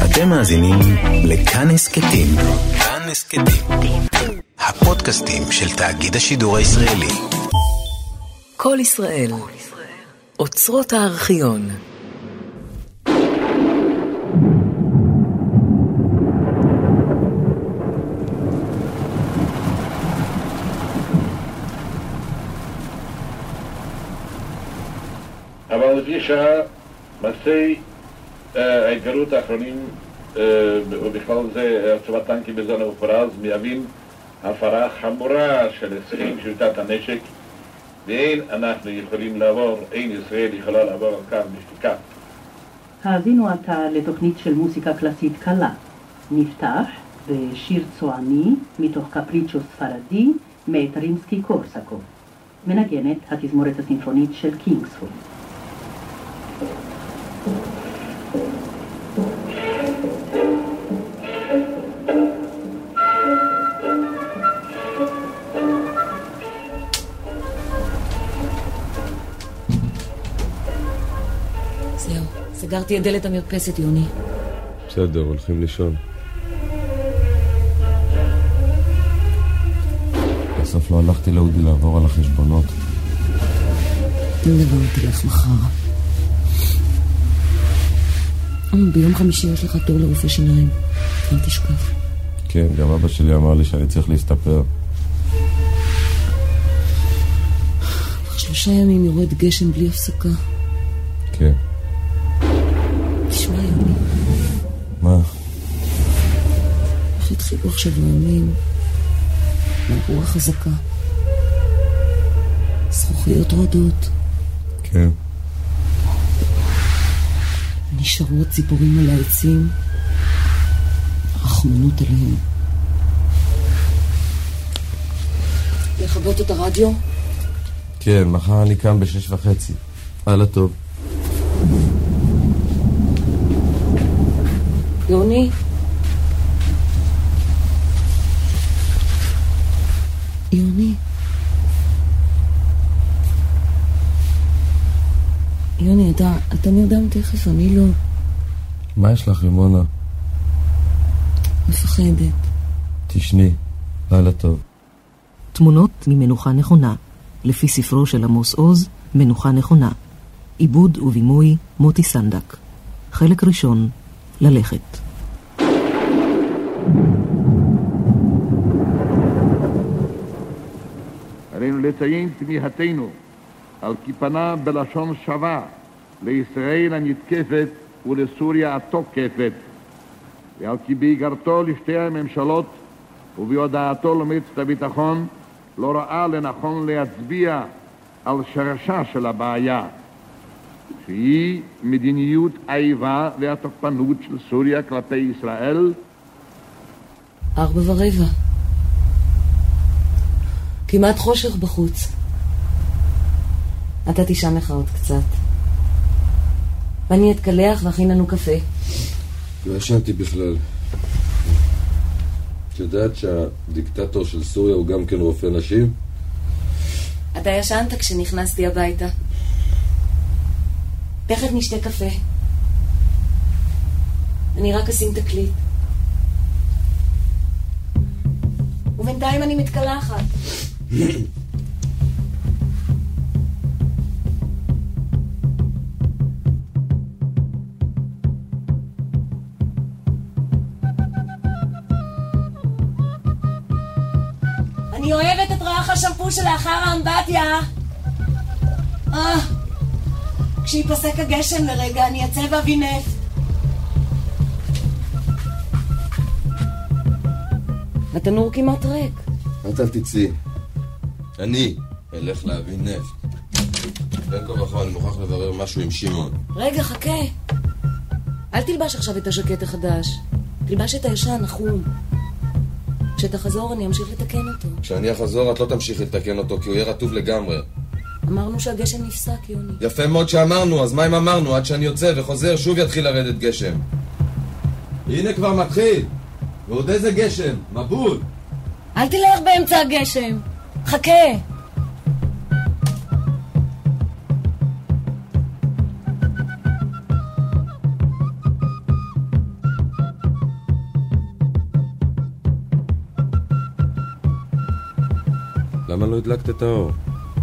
אתם מאזינים לכאן הסכתים. כאן הסכתים, הפודקאסטים של תאגיד השידור הישראלי. כל ישראל, אוצרות הארכיון. אבל לפי שעה, מעשי ההתגלות האחרונים, ובכלל זה הצבת טנקים בזון המופרז, מהווים הפרה חמורה של הסכם שביתת הנשק, ואין אנחנו יכולים לעבור, אין ישראל יכולה לעבור על כך בשתיקה. האזינו עתה לתוכנית של מוסיקה קלאסית קלה. נפתח בשיר צועני מתוך קפריצ'ו ספרדי מאת רימסקי קורסקו. מנגנת התזמורת הסימפונית של קינגספול. זהו, סגרתי את דלת המרפסת, יוני. בסדר, הולכים לישון. בסוף לא הלכתי לאודי לעבור על החשבונות. נדבר תלך מחר. ביום חמישי יש לך תור לרופא שיניים. אל תשכח. כן, גם אבא שלי אמר לי שאני צריך להסתפר. 3 ימים יורד גשם בלי הפסקה. כן. תשמע, יוני. מה? איך התחילו עכשיו ימים? מהרוח חזקה. זכוכיות רועדות. כן. נשארו הציפורים על העצים. רחמנות עליהם. לכבות את הרדיו? כן, מחר אני קם ב6:30. הלאה טוב. יוני? יוני? יוני, אתה נרדם תכף, אני לא. מה יש לך, רימונה? מפחדת. תשני, לילה טוב. תמונות ממנוחה נכונה, לפי ספרו של עמוס עוז, מנוחה נכונה. עיבוד ובימוי מוטי סנדק. חלק ראשון, ללכת. עלינו לציין תמיהתנו על כי פנה בלשון שווה לישראל הנתקפת ולסוריה התוקפת, ועל כי בהיגרתו לשתי הממשלות ובהודעתו למועצת הביטחון לא ראה לנכון להצביע על שרשה של הבעיה, שהיא מדיניות האיבה והתוקפנות של סוריה כלפי ישראל. 4:15. כמעט חושך בחוץ. אתה תישן לך עוד קצת. ואני אתקלח ואכין לנו קפה. לא ישנתי בכלל. את יודעת שהדיקטטור של סוריה הוא גם כן רופא נשים? אתה ישנת כשנכנסתי הביתה. תכף נשתה קפה. אני רק אשים תקליט. ובינתיים אני מתקלחת. אני אוהבת את ריח השמפו שלאחר האמבטיה. כשיפסק הגשם לרגע אני אצא ואביא נפט. התנור כמעט ריק. אל תצאי. אני אלך להביא נפט. בין כה וכה אני מוכרח לברר משהו עם שמעון. רגע, חכה. אל תלבש עכשיו את הז'קט החדש. תלבש את הישן, החום. כשתחזור אני אמשיך לתקן אותו. כשאני אחזור את לא תמשיך לתקן אותו כי הוא יהיה רטוב לגמרי. אמרנו שהגשם נפסק, יוני. יפה מאוד שאמרנו, אז מה אם אמרנו? עד שאני יוצא וחוזר שוב יתחיל לרדת גשם. הנה כבר מתחיל. ועוד איזה גשם, מבול. אל תלך באמצע הגשם. חכה. למה לא הדלקת את האור?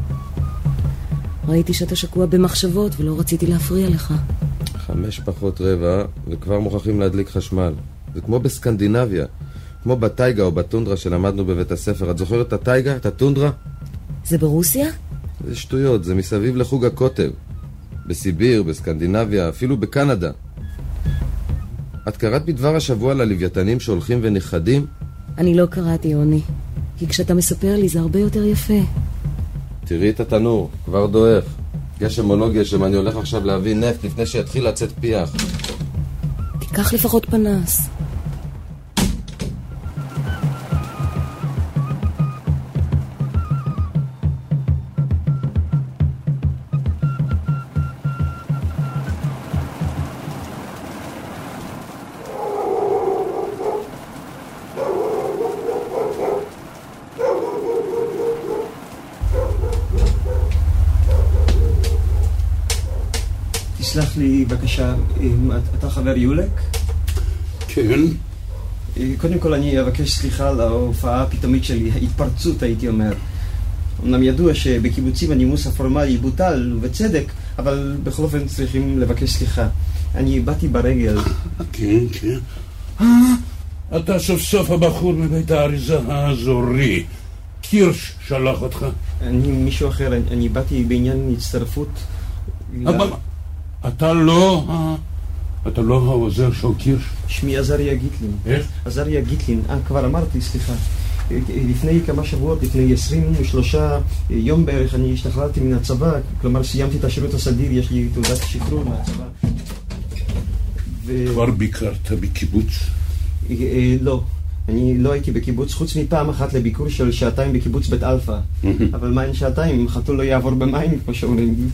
ראיתי שאתה שקוע במחשבות ולא רציתי להפריע לך. 5:45 וכבר מוכרחים להדליק חשמל. זה כמו בסקנדינביה, כמו בטייגה או בטונדרה שלמדנו בבית הספר. את זוכרת את הטייגה? את הטונדרה? זה ברוסיה? זה שטויות, זה מסביב לחוג הקוטב. בסיביר, בסקנדינביה, אפילו בקנדה. את קראת בדבר השבוע ללוויתנים שהולכים ונכחדים? אני לא קראתי, יוני. כי כשאתה מספר לי זה הרבה יותר יפה. תראי את התנור, כבר דועך. גשם או לא גשם, אני הולך עכשיו להביא נפט לפני שיתחיל לצאת פיח. תיקח לפחות פנס. תסלח לי בבקשה, אתה חבר יולק? כן. קודם כל אני אבקש סליחה על ההופעה הפתאומית שלי, ההתפרצות הייתי אומר. אמנם ידוע שבקיבוצים הנימוס הפורמלי בוטל, ובצדק, אבל בכל אופן צריכים לבקש סליחה. אני באתי ברגל. כן, כן. אתה סוף סוף הבחור מבית האריזה האזורי. קירש שלח אותך. אני מישהו אחר, אני באתי בעניין הצטרפות. אבל אתה לא העוזר של קירש? שמי עזריה גיטלין. איך? עזריה גיטלין. כבר אמרתי, סליחה. לפני כמה שבועות, לפני 23 יום בערך, אני השתחררתי מן הצבא, כלומר סיימתי את השירות הסדיר, יש לי תעודת שחרור מהצבא. כבר ביקרת בקיבוץ? לא. אני לא הייתי בקיבוץ, חוץ מפעם אחת לביקור של שעתיים בקיבוץ בית אלפא. אבל מה אין שעתיים? חתול לא יעבור במים, כמו שאומרים.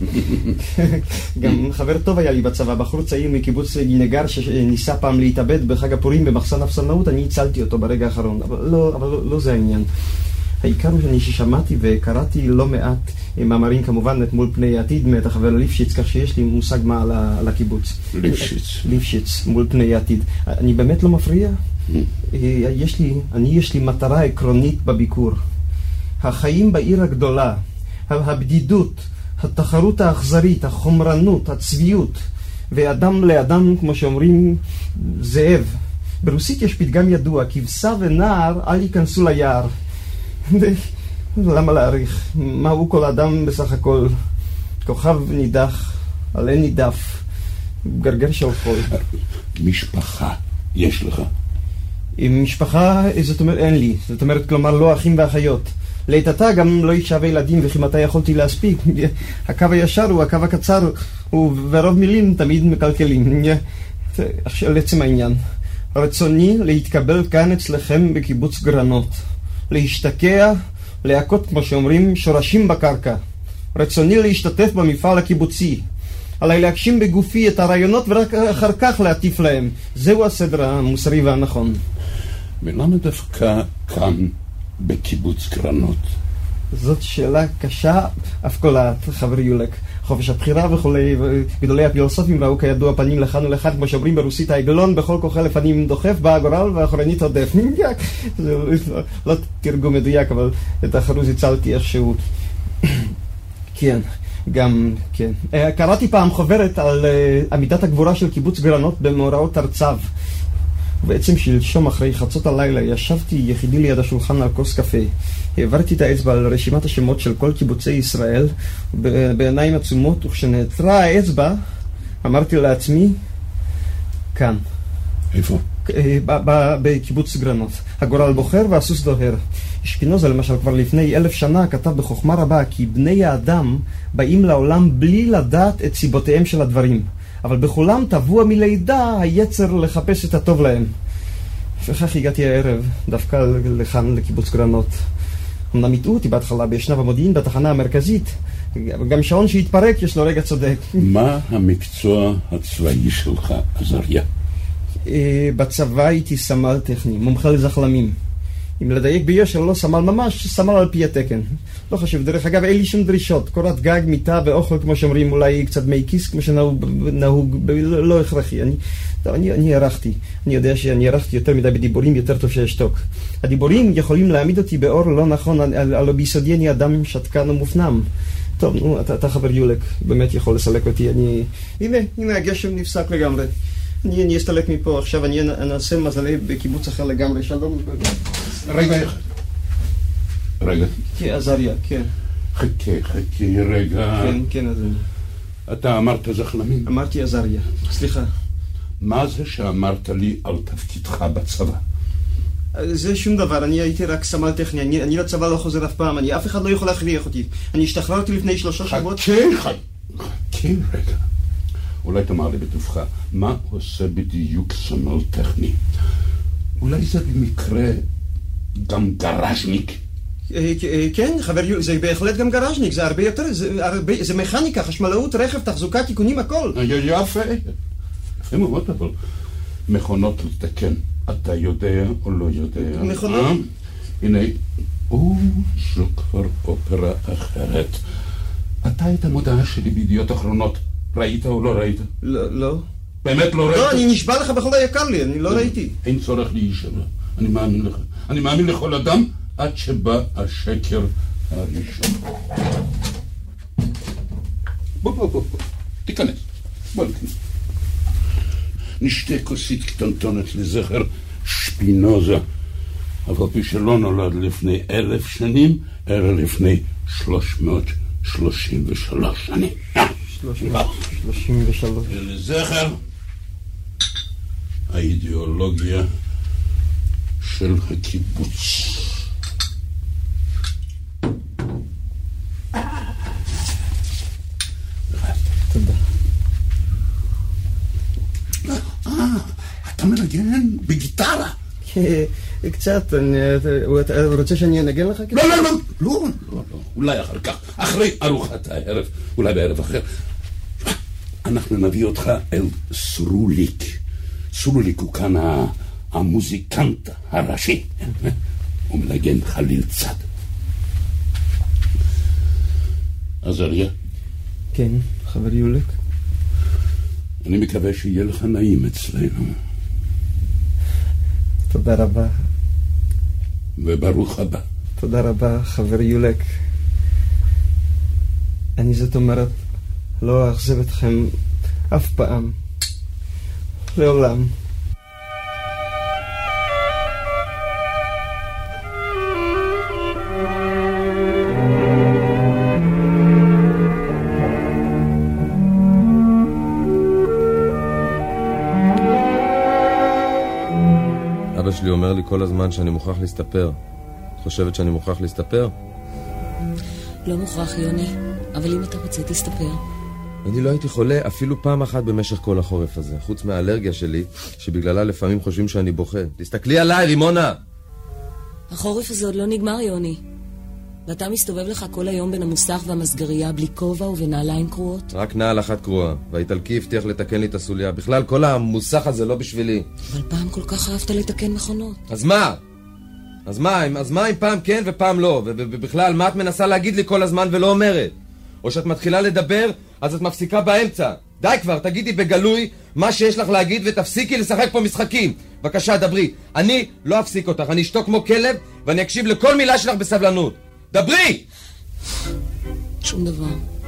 גם חבר טוב היה לי בצבא, בחור צעיר מקיבוץ גינגר שניסה פעם להתאבד בחג הפורים במחסן אפסנאות, אני הצלתי אותו ברגע האחרון. אבל לא זה העניין. העיקר הוא שאני ששמעתי וקראתי לא מעט מאמרים כמובן מול פני העתיד מאת החבר ליפשיץ, כך שיש לי מושג מה על הקיבוץ. ליפשיץ, מול פני העתיד. אני באמת לא מפריע? יש לי מטרה עקרונית בביקור. החיים בעיר הגדולה, הבדידות, התחרות האכזרית, החומרנות, הצביעות, ואדם לאדם, כמו שאומרים, זאב. ברוסית יש פתגם ידוע, כבשה ונער אל ייכנסו ליער. למה להעריך? מהו כל אדם בסך הכל? כוכב נידח, עלה נידף, גרגר של חול. משפחה יש לך? משפחה, זאת אומרת, אין לי. זאת אומרת, כלומר, לא אחים ואחיות. ליתתה גם לא אישה וילדים, וכי מתי יכולתי להספיק. הקו הישר הוא הקו הקצר, ורוב מילים תמיד מקלקלים. עכשיו, לעצם העניין. רצוני להתקבל כאן אצלכם בקיבוץ גרנות. להשתקע, להכות, כמו שאומרים, שורשים בקרקע. רצוני להשתתף במפעל הקיבוצי. עליי להגשים בגופי את הרעיונות ורק אחר כך להטיף להם. זהו הסדר המוסרי והנכון. ולמה דווקא כאן בקיבוץ גרנות? זאת שאלה קשה, אף קולעת, חבר יולק. חופש הבחירה וכולי, גדולי הפילוסופים ראו כידוע פנים לכאן ולכאן, כמו שאומרים ברוסית העגלון, בכל כוחה לפנים דוחף, בא הגורל ואחורנית עודף. זה לא תרגום מדויק, אבל את החרוז הצלתי איכשהו. כן. גם, כן. קראתי פעם חוברת על עמידת הגבורה של קיבוץ גרנות במאורעות ארצב. ובעצם שלשום אחרי חצות הלילה ישבתי יחידי ליד השולחן על כוס קפה. העברתי את האצבע על רשימת השמות של כל קיבוצי ישראל בעיניים עצומות, וכשנעצרה האצבע אמרתי לעצמי, כאן. איפה? בקיבוץ גרנות. הגורל בוחר והסוס דוהר. שפינוזה למשל כבר לפני 1000 שנה כתב בחוכמה רבה כי בני האדם באים לעולם בלי לדעת את סיבותיהם של הדברים, אבל בכולם טבוע מלידה היצר לחפש את הטוב להם. וכך הגעתי הערב דווקא לכאן לקיבוץ גרנות. אמנם הטעו אותי בהתחלה בישנב המודיעין בתחנה המרכזית, גם שעון שהתפרק יש לו רגע צודק. מה המקצוע הצבאי שלך, עזריה? בצבא הייתי סמל טכני, מומחה לזחלמים. אם לדייק ביושר, לא סמל ממש, סמל על פי התקן. לא חשוב, דרך אגב, אין לי שום דרישות. קורת גג, מיטה ואוכל, כמו שאומרים, אולי קצת מי כיס, כמו שנהוג, לא הכרחי. אני ערכתי. אני יודע שאני ערכתי יותר מדי בדיבורים, יותר טוב שאשתוק. הדיבורים יכולים להעמיד אותי באור לא נכון, הלא ביסודי אני אדם שתקן ומופנם. טוב, נו, אתה חבר יולק, באמת יכול לסלק אותי. הנה, הגשם נפסק לגמרי. אני אסתלק מפה, עכשיו אני אנסה מזלי בקיבוץ אחר לגמרי. שלום. רגע אחד. רגע. כן, עזריה, כן. חכה, רגע. כן, אדוני. אתה אמרת זחלמים? אמרתי עזריה, סליחה. מה זה שאמרת לי על תפקידך בצבא? זה שום דבר, אני הייתי רק סמל טכני, אני לצבא לא חוזר אף פעם, אף אחד לא יכול להכריח אותי. אני השתחררתי לפני 3 שבועות. חכה רגע. אולי תאמר לי בטובך, מה עושה בדיוק סמל טכני? אולי זה במקרה גם גרז'ניק? כן, חבר יולק, זה בהחלט גם גרז'ניק, זה הרבה יותר, זה מכניקה, חשמלאות, רכב, תחזוקה, תיקונים, הכל. יפה מאוד, אבל מכונות לתקן, אתה יודע או לא יודע? מכונות? הנה, זו כבר אופרה אחרת. אתה היית מודעה שלי בידיעות אחרונות, ראית או לא ראית? לא. באמת לא ראית? לא, אני נשבע לך בכל היקר לי, אני לא ראיתי. אין צורך להישבע, אני מאמין לך. אני מאמין לכל אדם עד שבא השקר הראשון. בוא, תיכנס. בוא ניכנס. נשתה כוסית קטנטונת לזכר שפינוזה, אבל פי שלא נולד לפני 1000 שנים, אלא לפני 333 שנים. 333. ולזכר האידיאולוגיה של הקיבוץ. תודה. אתה מנגן בגיטרה? קצת, אתה רוצה שאני אנגן לך? לא, אולי אחר כך, אחרי ארוחת הערב, אולי בערב אחר. אנחנו נביא אותך אל סרוליק. סרוליק הוא כאן המוזיקנט הראשי. הוא מנגן חליל צד. עזריה? כן, חבר יולק. אני מקווה שיהיה לך נעים אצלנו. תודה רבה. וברוך הבא. תודה רבה, חבר יולק. אני זאת אומרת, לא אאכזב אתכם אף פעם. לעולם. אבא שלי אומר לי כל הזמן שאני מוכרח להסתפר. את חושבת שאני מוכרח להסתפר? לא מוכרח, יוני, אבל אם אתה רוצה, תסתפר. אני לא הייתי חולה אפילו פעם אחת במשך כל החורף הזה, חוץ מהאלרגיה שלי, שבגללה לפעמים חושבים שאני בוכה. תסתכלי עליי, רימונה! החורף הזה עוד לא נגמר, יוני. ואתה מסתובב לך כל היום בין המוסך והמסגריה בלי כובע ובנעליים קרועות? רק נעל אחת קרועה, והאיטלקי הבטיח לתקן לי את הסוליה. בכלל, כל המוסך הזה לא בשבילי. אבל פעם כל כך אהבת לתקן מכונות. אז מה? אז מה אם פעם כן ופעם לא? ובכלל, מה את מנסה להגיד לי כל הזמן ולא אומרת? או שאת מתחילה לדבר, אז את מפסיקה באמצע. די כבר, תגידי בגלוי מה שיש לך להגיד ותפסיקי לשחק פה משחקים. בבקשה, דברי. אני לא אפסיק אותך, אני אשתוק כמו כלב ואני אקשיב לכל מילה שלך בסבלנות. דברי! שום דבר.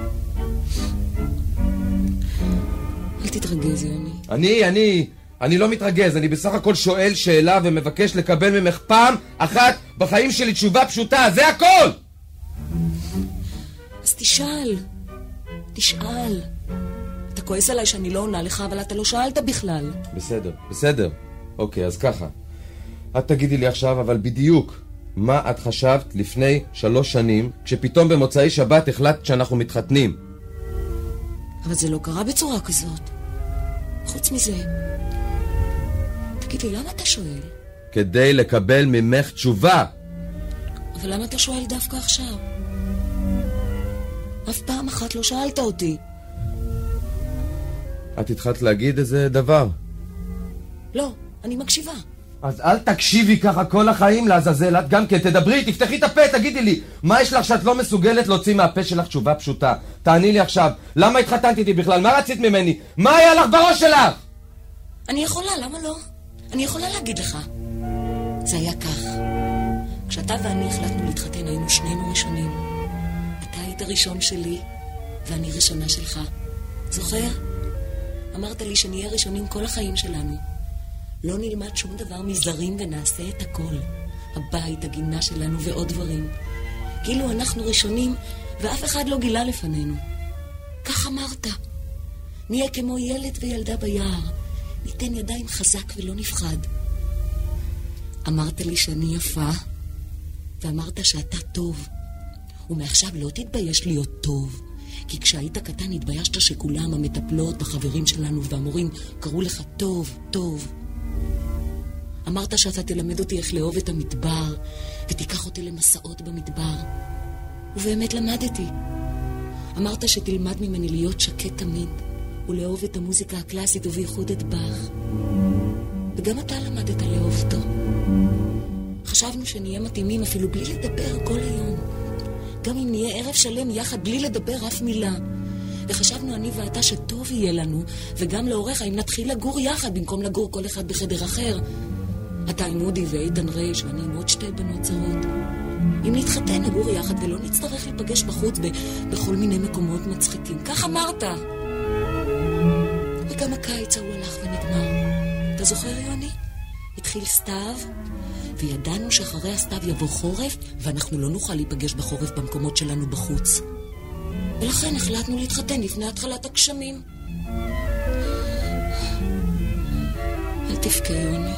אל תתרגז, יוני. אני לא מתרגז, אני בסך הכל שואל שאלה ומבקש לקבל ממך פעם אחת בחיים שלי תשובה פשוטה, זה הכל! אז תשאל. אתה כועס עליי שאני לא עונה לך, אבל אתה לא שאלת בכלל. בסדר. אוקיי, אז ככה. את תגידי לי עכשיו, אבל בדיוק, מה את חשבת לפני 3 שנים, כשפתאום במוצאי שבת החלטת שאנחנו מתחתנים? אבל זה לא קרה בצורה כזאת. חוץ מזה, תגיד לי, למה אתה שואל? כדי לקבל ממך תשובה. אבל למה אתה שואל דווקא עכשיו? אף פעם אחת לא שאלת אותי. את התחלת להגיד איזה דבר. לא, אני מקשיבה. אז אל תקשיבי ככה כל החיים לעזאזל, את גם כן, תדברי, תפתחי את הפה, תגידי לי, מה יש לך שאת לא מסוגלת להוציא מהפה שלך תשובה פשוטה? תעני לי עכשיו, למה התחתנת איתי בכלל? מה רצית ממני? מה היה לך בראש שלך? אני יכולה, למה לא? אני יכולה להגיד לך. זה היה כך. כשאתה ואני החלטנו להתחתן, היינו שנינו ראשונים. אתה היית ראשון שלי, ואני ראשונה שלך. זוכר? אמרת לי שנהיה ראשונים כל החיים שלנו. לא נלמד שום דבר מזרים ונעשה את הכל. הבית, הגינה שלנו ועוד דברים. כאילו אנחנו ראשונים ואף אחד לא גילה לפנינו. כך אמרת. נהיה כמו ילד וילדה ביער. ניתן ידיים חזק ולא נפחד. אמרת לי שאני יפה, ואמרת שאתה טוב. ומעכשיו לא תתבייש להיות טוב. כי כשהיית קטן התביישת שכולם, המטפלות, החברים שלנו והמורים, קראו לך טוב, טוב. אמרת שאתה תלמד אותי איך לאהוב את המדבר, ותיקח אותי למסעות במדבר. ובאמת למדתי. אמרת שתלמד ממני להיות שקט תמיד, ולאהוב את המוזיקה הקלאסית ובייחוד את באך. וגם אתה למדת לאהוב אותו. חשבנו שנהיה מתאימים אפילו בלי לדבר כל היום. גם אם נהיה ערב שלם יחד בלי לדבר אף מילה. וחשבנו אני ואתה שטוב יהיה לנו, וגם לאורך אם נתחיל לגור יחד במקום לגור כל אחד בחדר אחר. אתה עם אודי ואיתן רייש ואני עם עוד שתי בנות זרות. אם נתחתן נגור יחד ולא נצטרך להיפגש בחוץ בכל מיני מקומות מצחיקים. כך אמרת. וגם הקיץ ההוא הלך ונגמר. אתה זוכר יוני? התחיל סתיו, וידענו שאחרי הסתיו יבוא חורף, ואנחנו לא נוכל להיפגש בחורף במקומות שלנו בחוץ. ולכן החלטנו להתחתן לפני התחלת הגשמים. אל תבכה יוני.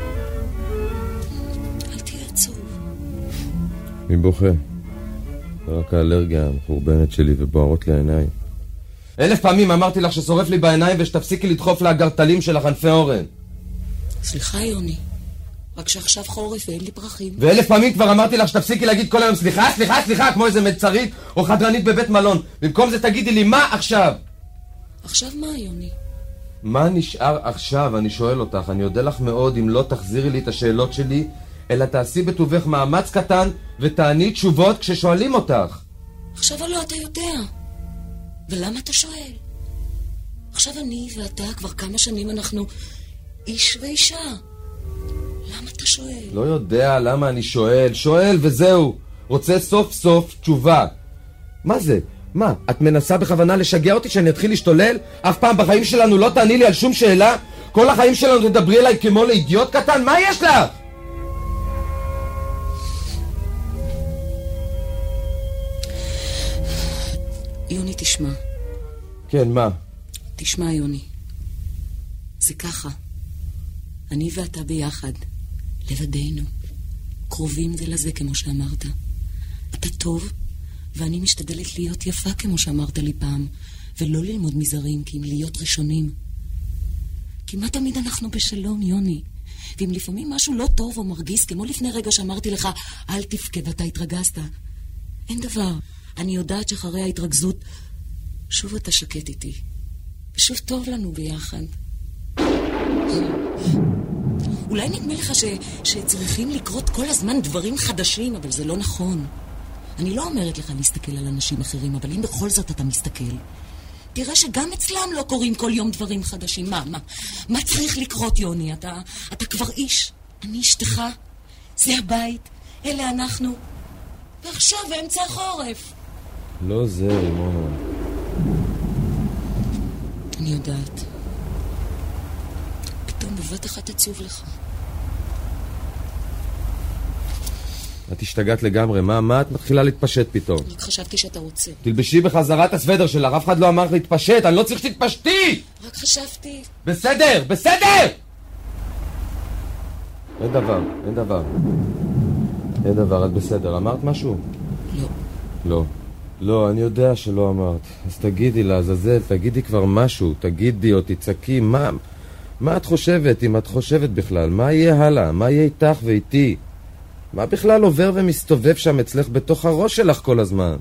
אל תהיה עצוב. מי בוכה? זה רק האלרגיה המחורבנת שלי ובוערות לי העיניים. 1000 פעמים אמרתי לך ששורף לי בעיניים ושתפסיקי לדחוף לאגרטלים של החנפי אורן. סליחה יוני, רק שעכשיו חורף ואין לי פרחים. ו1000 פעמים כבר אמרתי לך שתפסיקי להגיד כל היום סליחה, סליחה, סליחה, כמו איזה מצרית או חדרנית בבית מלון. במקום זה תגידי לי מה עכשיו? עכשיו מה יוני? מה נשאר עכשיו? אני שואל אותך. אני יודע לך מאוד אם לא תחזירי לי את השאלות שלי, אלא תעשי בטובך מאמץ קטן ותעני תשובות כששואלים אותך. עכשיו לא אתה יודע. ולמה אתה שואל? עכשיו אני ואתה כבר כמה שנים אנחנו איש ואישה. למה אתה שואל? לא יודע למה אני שואל. שואל וזהו. רוצה סוף סוף תשובה. מה זה? מה? את מנסה בכוונה לשגע אותי שאני אתחיל להשתולל? אף פעם בחיים שלנו לא תעני לי על שום שאלה? כל החיים שלנו תדברי אליי כמו לאידיוט קטן? מה יש לך? יוני תשמע. כן, מה? תשמע יוני. זה ככה. אני ואתה ביחד. לבדנו. קרובים זה לזה כמו שאמרת. אתה טוב, ואני משתדלת להיות יפה כמו שאמרת לי פעם, ולא ללמוד מזרים, כי אם להיות ראשונים. כמעט תמיד אנחנו בשלום, יוני. ואם לפעמים משהו לא טוב או מרגיס, כמו לפני רגע שאמרתי לך, אל תבכה ואתה התרגזת. אין דבר. אני יודעת שאחרי ההתרגזות, שוב אתה שקט איתי. ושוב טוב לנו ביחד. אולי נדמה לך שצריכים לקרות כל הזמן דברים חדשים, אבל זה לא נכון. אני לא אומרת לך להסתכל על אנשים אחרים, אבל אם בכל זאת אתה מסתכל, תראה שגם אצלם לא קוראים כל יום דברים חדשים. מה צריך לקרות, יוני? אתה כבר איש. אני אשתך. זה הבית. אלה אנחנו. ועכשיו באמצע החורף. לא זה, רימונה. אני יודעת. פתאום בבת אחת עצוב לך. את השתגעת לגמרי, מה את מתחילה להתפשט פתאום? רק חשבתי שאתה רוצה. תלבשי בחזרה את הסוודר שלך, אף אחד לא אמר לך להתפשט, אני לא צריך שתתפשטי! רק חשבתי. בסדר, בסדר! אין דבר, את בסדר. אמרת משהו? לא. לא, אני יודע שלא אמרת. אז תגידי לעזאזל, תגידי כבר משהו, תגידי או תצעקי, מה את חושבת, אם את חושבת בכלל? מה יהיה הלאה? מה יהיה איתך ואיתי? מה בכלל עובר ומסתובב שם אצלך בתוך הראש שלך כל הזמן?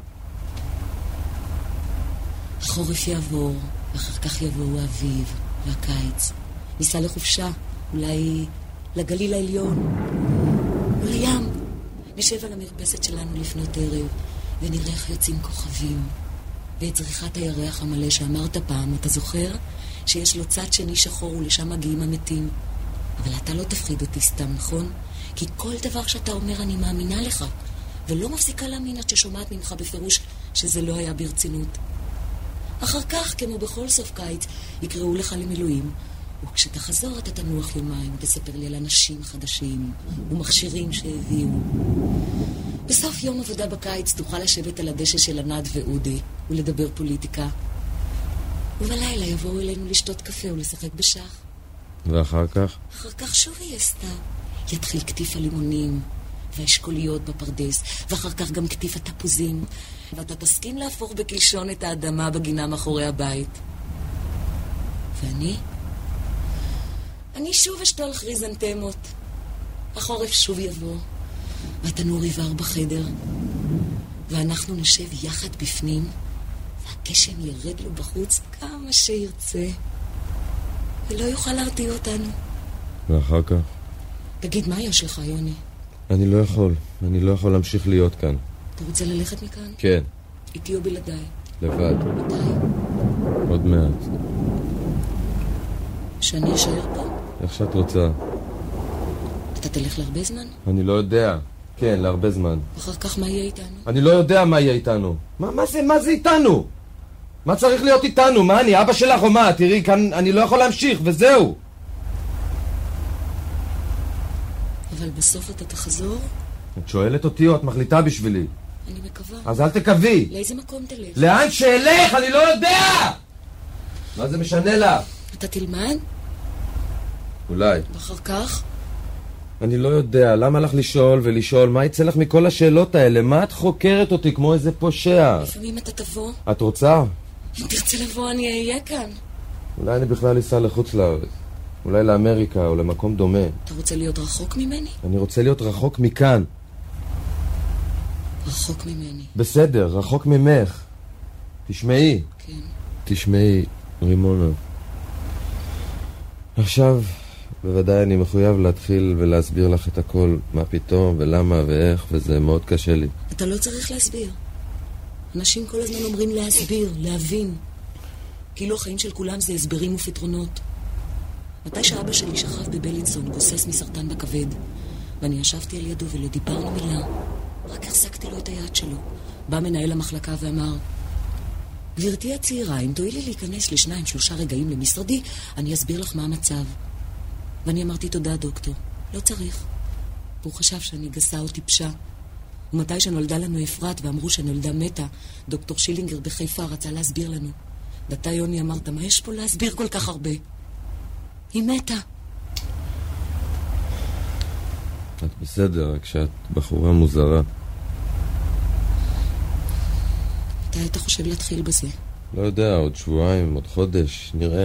החורף יעבור, ואחר כך יבואו האביב והקיץ. ניסע לחופשה, אולי לגליל העליון, או לים. נשב על המרפסת שלנו לפנות ערב, ונראה איך יוצאים כוכבים. ואת זריחת הירח המלא שאמרת פעם, אתה זוכר? שיש לו צד שני שחור ולשם מגיעים המתים. אבל אתה לא תפחיד אותי סתם, נכון? כי כל דבר שאתה אומר אני מאמינה לך, ולא מפסיקה להאמין עד ששומעת ממך בפירוש שזה לא היה ברצינות. אחר כך, כמו בכל סוף קיץ, יקראו לך למילואים, וכשתחזור אתה תנוח יומיים ותספר לי על אנשים חדשים ומכשירים שהביאו. בסוף יום עבודה בקיץ תוכל לשבת על הדשא של ענת ואודי ולדבר פוליטיקה. ובלילה יבואו אלינו לשתות קפה ולשחק בשח. ואחר כך? אחר כך שוב יהיה סתיו. יתחיל כתיף הלימונים והאשכוליות בפרדס, ואחר כך גם כתיף התפוזים, ואתה תסכים להפוך בקלשון את האדמה בגינה מאחורי הבית. ואני? אני שוב אשתול כריזנטמות. החורף שוב יבוא, והתנור יבער בחדר, ואנחנו נשב יחד בפנים, והגשם ירד לו בחוץ כמה שירצה, ולא יוכל להרתיע אותנו. ואחר כך? תגיד, מה יש לך, יוני? אני לא יכול להמשיך להיות כאן. אתה רוצה ללכת מכאן? כן. איתי או בלעדיי? לבד. מתי? עוד מעט. שאני אשאר פה? איך שאת רוצה. אתה תלך להרבה זמן? אני לא יודע. כן, להרבה זמן. אחר כך מה יהיה איתנו? אני לא יודע מה יהיה איתנו. מה זה איתנו? מה צריך להיות איתנו? מה אני, אבא שלך או מה? תראי, כאן אני לא יכול להמשיך, וזהו. אבל בסוף אתה תחזור? את שואלת אותי או את מחליטה בשבילי? אני מקווה. אז אל תקווי. לאיזה מקום תלך? לאן שאלך? אני לא יודע! מה זה משנה לך? אתה תלמד? אולי. ואחר כך? אני לא יודע, למה לך לשאול ולשאול? מה יצא לך מכל השאלות האלה? מה את חוקרת אותי כמו איזה פושע? לפעמים אתה תבוא. את רוצה? אם תרצה לבוא אני אהיה כאן. אולי אני בכלל אסע לחוץ לארץ. אולי לאמריקה או למקום דומה. אתה רוצה להיות רחוק ממני? אני רוצה להיות רחוק מכאן. רחוק ממני. בסדר, רחוק ממך. תשמעי. כן. תשמעי, רימונה. עכשיו, בוודאי אני מחויב להתחיל ולהסביר לך את הכל, מה פתאום ולמה ואיך, וזה מאוד קשה לי. אתה לא צריך להסביר. אנשים כל הזמן אומרים להסביר, להבין. כאילו החיים של כולם זה הסברים ופתרונות. מתי שאבא שלי שכב בבלינסון, גוסס מסרטן בכבד, ואני ישבתי על ידו ולא דיברנו מילה, רק החזקתי לו את היד שלו. בא מנהל המחלקה ואמר, גברתי הצעירה, אם תואילי להיכנס ל2-3 רגעים למשרדי, אני אסביר לך מה המצב. ואני אמרתי תודה דוקטור, לא צריך. והוא חשב שאני גסה או טיפשה. ומתי שנולדה לנו אפרת ואמרו שנולדה מתה, דוקטור שילינגר בחיפה רצה להסביר לנו. ואתה יוני אמרת, מה יש פה להסביר כל כך הרבה? היא מתה. את בסדר, רק שאת בחורה מוזרה. מתי היית חושב להתחיל בזה? לא יודע, עוד שבועיים, עוד חודש, נראה.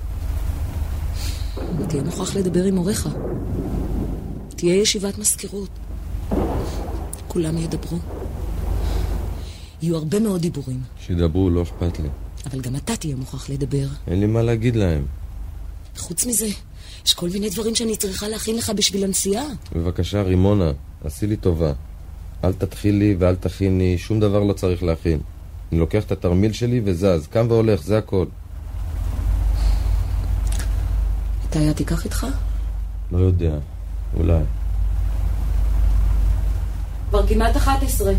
תהיה מוכרח לדבר עם הוריך. תהיה ישיבת מזכירות. כולם ידברו. יהיו הרבה מאוד דיבורים. שידברו, לא אכפת לי. אבל גם אתה תהיה מוכרח לדבר. אין לי מה להגיד להם. חוץ מזה, יש כל מיני דברים שאני צריכה להכין לך בשביל הנסיעה. בבקשה, רימונה, עשי לי טובה. אל תתחילי ואל תכיני, שום דבר לא צריך להכין. אני לוקח את התרמיל שלי וזז, קם והולך, זה הכל. אתה היה תיקח איתך? לא יודע, אולי. כבר כמעט 11.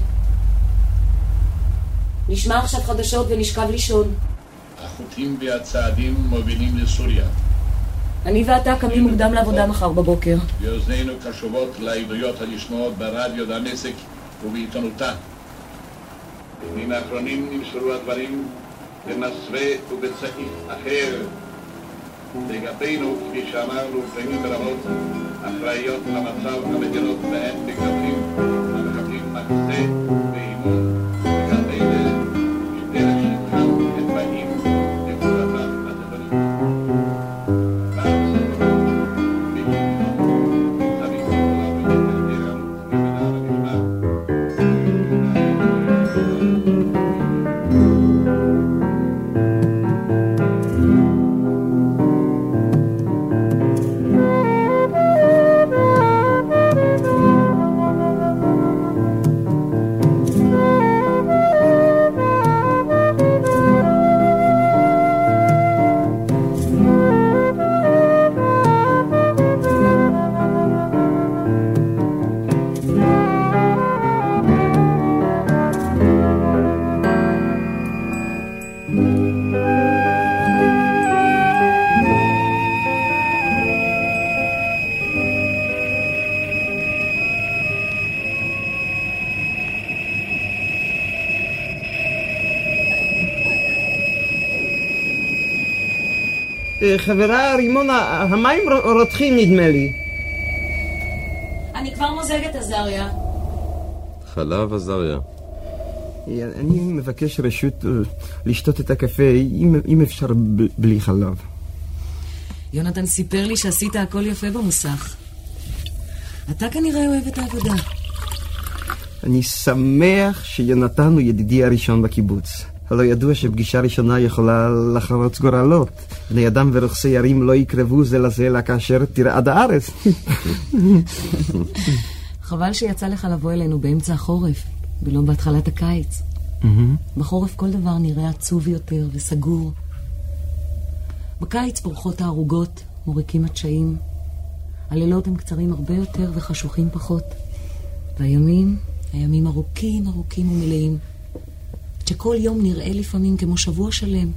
נשמע עכשיו חדשות ונשכב לישון. החוטים והצעדים מובילים לסוריה. אני ואתה קמים מוקדם לעבודה מחר בבוקר. ואוזנינו קשובות לעדויות הנשמעות ברדיו דמשק ובעיתונותה. בימים האחרונים נמסרו הדברים במסווה ובצעיף אחר. לגבינו, כפי שאמרנו, פעמים רבות אחראיות למצב המדינות בהן מקבלים המחבלים מחסה ואימון, וגם אלה שדרך שטחם הם באים לגבולתם התיכונית. חברה רימונה, המים רותחים נדמה לי. אני כבר מוזגת, עזריה. חלב, עזריה. אני מבקש רשות לשתות את הקפה, אם אפשר בלי חלב. יונתן סיפר לי שעשית הכל יפה במוסך. אתה כנראה אוהב את העבודה. אני שמח שיונתן הוא ידידי הראשון בקיבוץ. הלא ידוע שפגישה ראשונה יכולה לחרוץ גורלות. בני אדם ורוכסי ערים לא יקרבו זה לזה אלא כאשר תרעד הארץ. חבל שיצא לך לבוא אלינו באמצע החורף, ולא בהתחלת הקיץ. בחורף כל דבר נראה עצוב יותר וסגור. בקיץ פורחות הערוגות, מוריקים התשעים. הלילות הם קצרים הרבה יותר וחשוכים פחות. והימים ארוכים ארוכים ומלאים. שכל יום נראה לפעמים כמו שבוע שלם.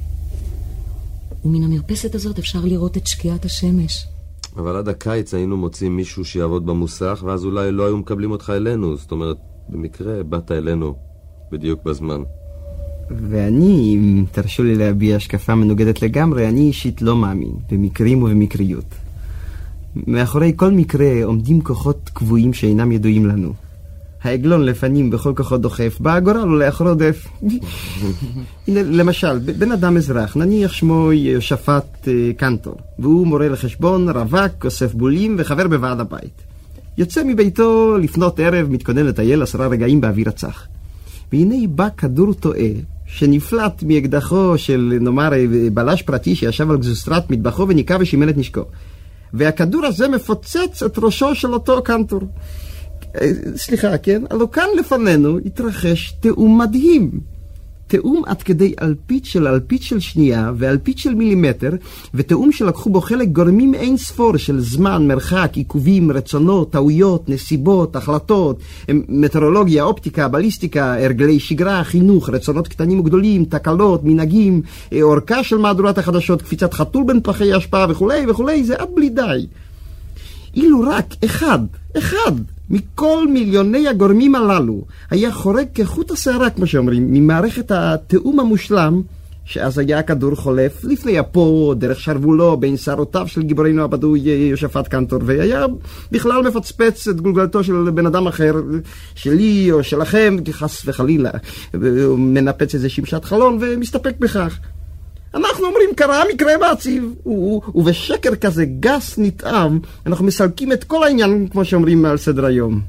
ומן המרפסת הזאת אפשר לראות את שקיעת השמש. אבל עד הקיץ היינו מוצאים מישהו שיעבוד במוסך, ואז אולי לא היו מקבלים אותך אלינו. זאת אומרת, במקרה באת אלינו בדיוק בזמן. ואני, אם תרשו לי להביע השקפה מנוגדת לגמרי, אני אישית לא מאמין במקרים ובמקריות. מאחורי כל מקרה עומדים כוחות קבועים שאינם ידועים לנו. העגלון לפנים בכל כוחות דוחף, בא הגורל ולאחר עודף. הנה, למשל, בן אדם אזרח, נניח שמו יושפט קנטור, והוא מורה לחשבון, רווק, אוסף בולים וחבר בוועד הבית. יוצא מביתו לפנות ערב, מתכונן לטייל 10 רגעים באוויר הצח. והנה בא כדור טועה, שנפלט מאקדחו של, נאמר, בלש פרטי שישב על גזוסטרת מטבחו וניקה ושימן את נשקו. והכדור הזה מפוצץ את ראשו של אותו קנטור. סליחה, כן? הלא כאן לפנינו התרחש תאום מדהים. תאום עד כדי אלפית של שנייה ואלפית של מילימטר, ותאום שלקחו בו חלק גורמים אין ספור של זמן, מרחק, עיכובים, רצונות, טעויות, נסיבות, החלטות, מטאורולוגיה, אופטיקה, בליסטיקה, הרגלי שגרה, חינוך, רצונות קטנים וגדולים, תקלות, מנהגים, אורכה של מהדורת החדשות, קפיצת חתול בין פחי השפעה וכולי וכולי, זה עד בלי די. אילו רק אחד מכל מיליוני הגורמים הללו היה חורג כחוט השערה, כמו שאומרים, ממערכת התאום המושלם, שאז היה הכדור חולף לפני אפו, דרך שרוולו, בין שערותיו של גיבורנו הבדוי יושפט קנטור, והיה בכלל מפצפץ את גולגלתו של בן אדם אחר, שלי או שלכם, חס וחלילה, מנפץ איזה שמשת חלון ומסתפק בכך. אנחנו אומרים, קרה מקרה מעציב, ובשקר כזה גס נטעם, אנחנו מסלקים את כל העניין, כמו שאומרים, על סדר היום.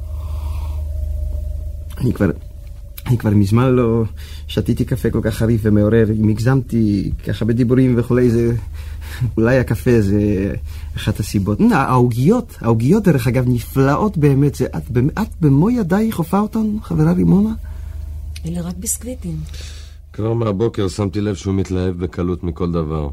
אני כבר מזמן לא שתיתי קפה כל כך חריף ומעורר, אם הגזמתי ככה בדיבורים וכולי, זה, אולי הקפה זה אחת הסיבות. העוגיות דרך אגב נפלאות באמת, זה את במו ידיי חופה אותן, חברה רימונה? אלה רק ביסקוויטים. כבר מהבוקר שמתי לב שהוא מתלהב בקלות מכל דבר.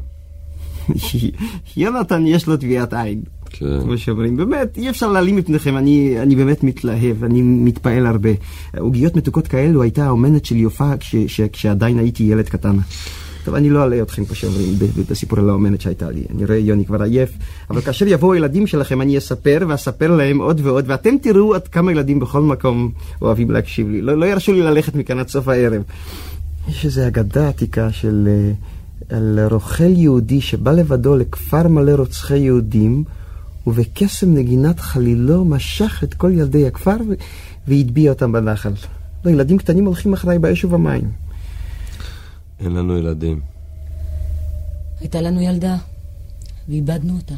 יונתן יש לו טביעת עין. כן. כמו שאומרים, באמת, אי אפשר להעלים מפניכם, אני באמת מתלהב, אני מתפעל הרבה. עוגיות מתוקות כאלו הייתה האומנת של יופה כשעדיין הייתי ילד קטן. טוב, אני לא אעלה אתכם כמו שאומרים בסיפור על האומנת שהייתה לי. אני רואה יוני כבר עייף, אבל כאשר יבואו ילדים שלכם אני אספר ואספר להם עוד ועוד, ואתם תראו עד כמה ילדים בכל מקום אוהבים להקשיב לי. לא ירשו לי ללכת מכאן עד סוף הערב. יש איזו אגדה עתיקה על רוכל יהודי שבא לבדו לכפר מלא רוצחי יהודים, ובקסם נגינת חלילו משך את כל ילדי הכפר והטביע אותם בנחל. לא, ילדים קטנים הולכים אחריי באש ובמים. אין לנו ילדים. הייתה לנו ילדה, ואיבדנו אותה.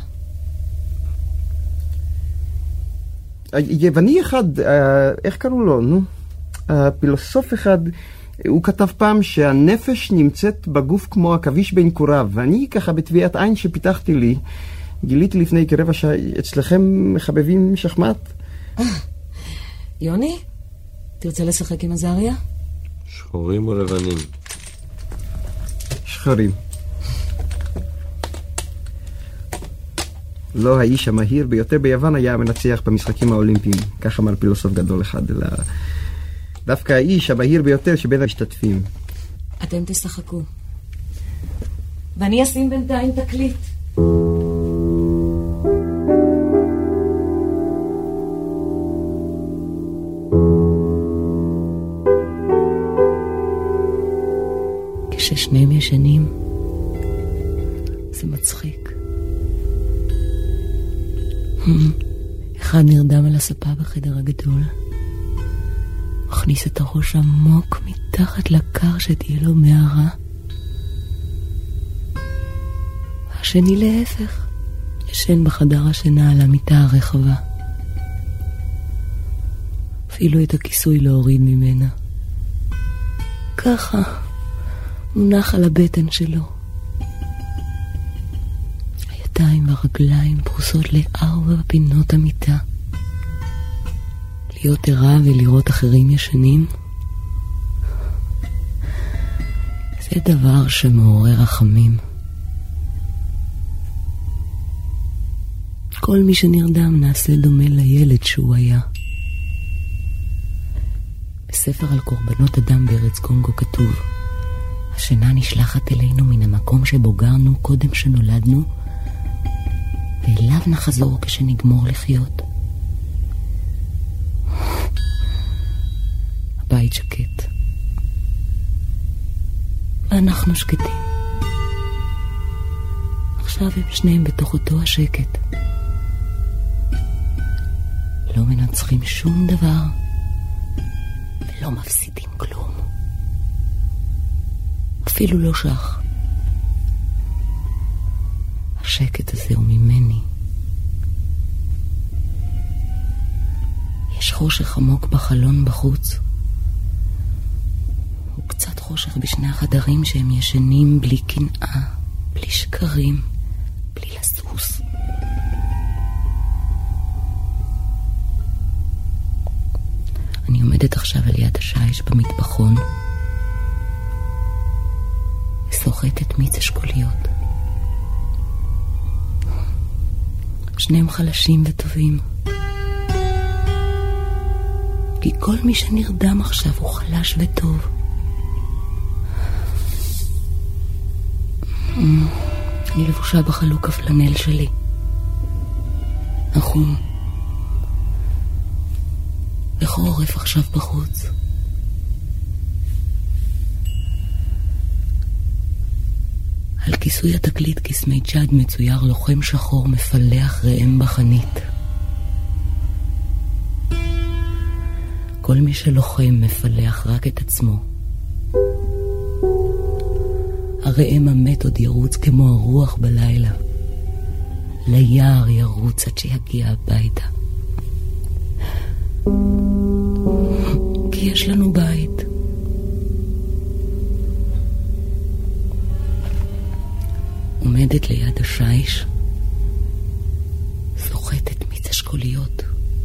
יווני אחד, איך קראו לו, נו? הפילוסוף אחד, הוא כתב פעם שהנפש נמצאת בגוף כמו עכביש בין קוריו, ואני ככה בטביעת עין שפיתחתי לי, גיליתי לפני כרבע שעה, אצלכם מחבבים שחמט? יוני, תרצה לשחק עם עזריה? שחורים או לבנים? שחורים. לא האיש המהיר ביותר ביוון היה המנצח במשחקים האולימפיים, כך אמר פילוסוף גדול אחד, אלא דווקא האיש המהיר ביותר שבין המשתתפים. אתם תשחקו. ואני אשים בינתיים תקליט. כששניהם ישנים, זה זה מצחיק. אחד נרדם על הספה בחדר הגדול. הכניס את הראש עמוק מתחת לקר שתהיה לו מערה. השני להפך, ישן בחדר השינה על המיטה הרחבה. אפילו את הכיסוי לא הוריד ממנה. ככה, מונח על הבטן שלו. הידיים והרגליים פרוסות לארבע פינות המיטה. להיות ערה ולראות אחרים ישנים, זה דבר שמעורר רחמים. כל מי שנרדם נעשה דומה לילד שהוא היה. בספר על קורבנות אדם בארץ קונגו כתוב, השינה נשלחת אלינו מן המקום שבו גרנו קודם שנולדנו, ואליו נחזור כשנגמור לחיות. הבית שקט. ואנחנו שקטים. עכשיו הם שניהם בתוך אותו השקט. לא מנצחים שום דבר, ולא מפסידים כלום. אפילו לא שח. השקט הזה הוא ממני. יש חושך עמוק בחלון בחוץ. וקצת חושך בשני החדרים שהם ישנים בלי קנאה, בלי שקרים, בלי לסוס. אני עומדת עכשיו על יד השיש במטבחון וסוחטת מיץ אשכוליות. שניהם חלשים וטובים, כי כל מי שנרדם עכשיו הוא חלש וטוב. אני לבושה בחלוק הפלנל שלי, החום. וחורף עכשיו בחוץ. על כיסוי התקליט קסמי ג'אד מצויר לוחם שחור מפלח ראם בחנית. כל מי שלוחם מפלח רק את עצמו. הראם המת עוד ירוץ כמו הרוח בלילה. ליער ירוץ עד שיגיע הביתה. כי יש לנו בית. עומדת ליד השיש, סוחטת מיץ אשכוליות.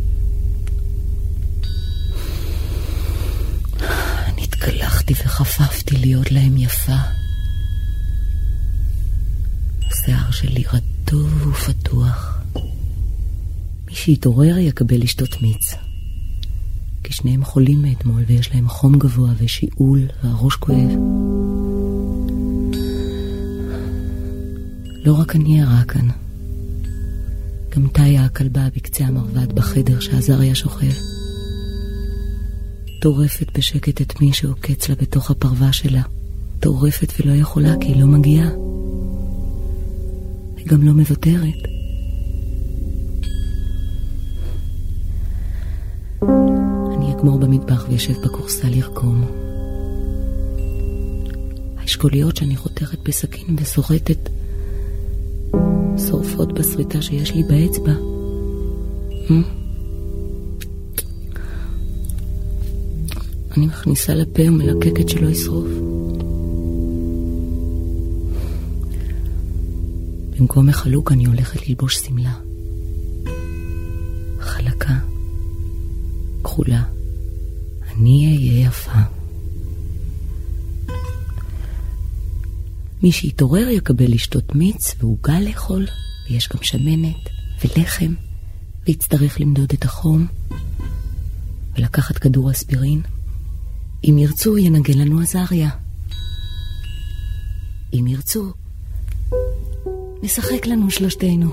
נתקלחתי וחפפתי להיות להם יפה. השיער שלי רטוב ופתוח. מי שיתעורר יקבל לשתות מיץ. כי שניהם חולים מאתמול ויש להם חום גבוה ושיעול והראש כואב. לא רק אני ערה כאן. גם טאיה הכלבה בקצה המרבד בחדר שעזריה שוכב. טורפת בשקט את מי שעוקץ לה בתוך הפרווה שלה. טורפת ולא יכולה כי היא לא מגיעה. היא גם לא מוותרת. אני אגמור במטבח וישב בקורסה לרקום. האשכוליות שאני חותכת בסכין וסוחטת שורפות בסריטה שיש לי באצבע. אני מכניסה לפה ומלקקת שלא ישרוף. במקום החלוק אני הולכת ללבוש סמלה. חלקה, כחולה. אני אהיה יפה. מי שיתעורר יקבל לשתות מיץ ועוגה לאכול, ויש גם שמנת ולחם, ויצטרך למדוד את החום ולקחת כדור אספירין. אם ירצו ינגן לנו עזריה. אם ירצו נשחק לנו שלושתנו.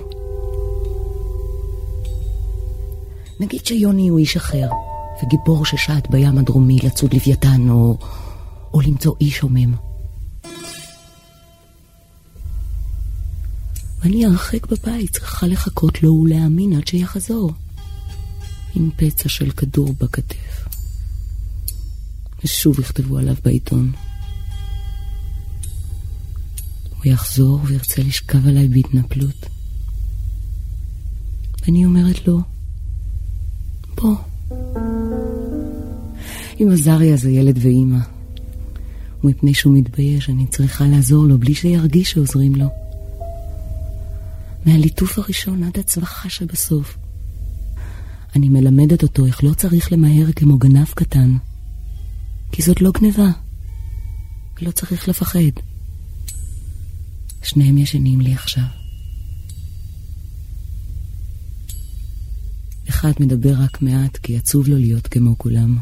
נגיד שיוני הוא איש אחר וגיבור ששעת בים הדרומי לצוד לוויתן או למצוא איש הומם. אני ארחק בבית, צריכה לחכות לו ולהאמין עד שיחזור. עם פצע של כדור בכתף. ושוב יכתבו עליו בעיתון. הוא יחזור וירצה לשכב עליי בהתנפלות. ואני אומרת לו, בוא. עם עזריה זה ילד ואימא. ומפני שהוא מתבייש, אני צריכה לעזור לו בלי שירגיש שעוזרים לו. מהליטוף הראשון עד הצווחה שבסוף. אני מלמדת אותו איך לא צריך למהר כמו גנב קטן. כי זאת לא גניבה. ולא צריך לפחד. שניהם ישנים לי עכשיו. אחד מדבר רק מעט כי עצוב לו להיות כמו כולם.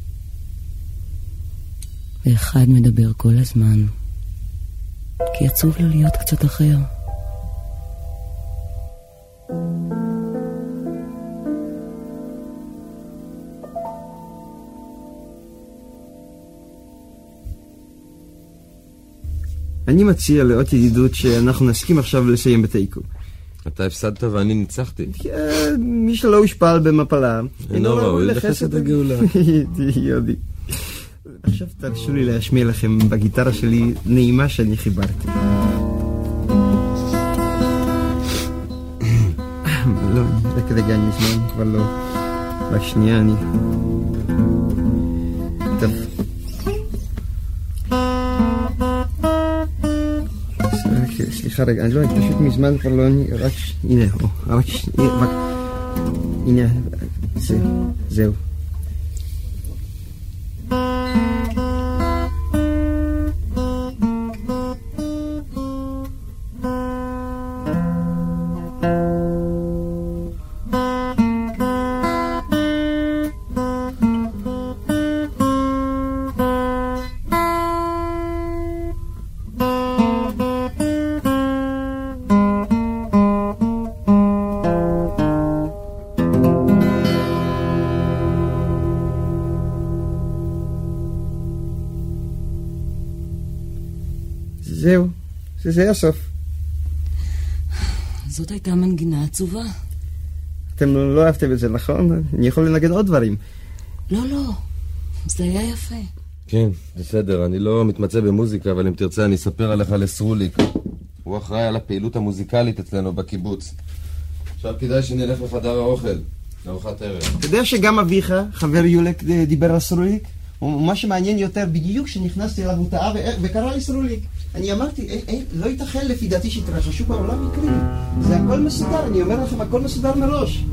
ואחד מדבר כל הזמן כי עצוב לו להיות קצת אחר. אני מציע לאות ידידות שאנחנו נסכים עכשיו לסיים בתיקו. אתה הפסדת ואני ניצחתי. מי שלא הושפל במפלה אינו ראוי לחסד הגאולה. יודי. עכשיו תרשו לי להשמיע לכם בגיטרה שלי נעימה שאני חיברתי. לא, רק רגע, אני מזמן כבר לא. רק שנייה, אני... טוב. סליחה רגע, אני לא, אני פשוט מזמן כבר לא... רק... הנה, רק... הנה, זהו. זהו, זה הסוף. זאת הייתה מנגינה עצובה. אתם לא אהבתם את זה, נכון? אני יכול לנגן עוד דברים. לא, זה היה יפה. כן, בסדר, אני לא מתמצא במוזיקה, אבל אם תרצה אני אספר עליך לסרוליק. הוא אחראי על הפעילות המוזיקלית אצלנו בקיבוץ. עכשיו כדאי שנלך לחדר האוכל, לארוחת ערב. אתה יודע שגם אביך, חבר יולק, דיבר על סרוליק? ומה שמעניין יותר, בדיוק כשנכנסתי אליו הוא טעה וקרא לי סרוליק. אני אמרתי, לא ייתכן לפי דעתי שהתרחשו בעולם מקרים. זה הכל מסודר, אני אומר לכם, הכל מסודר מראש.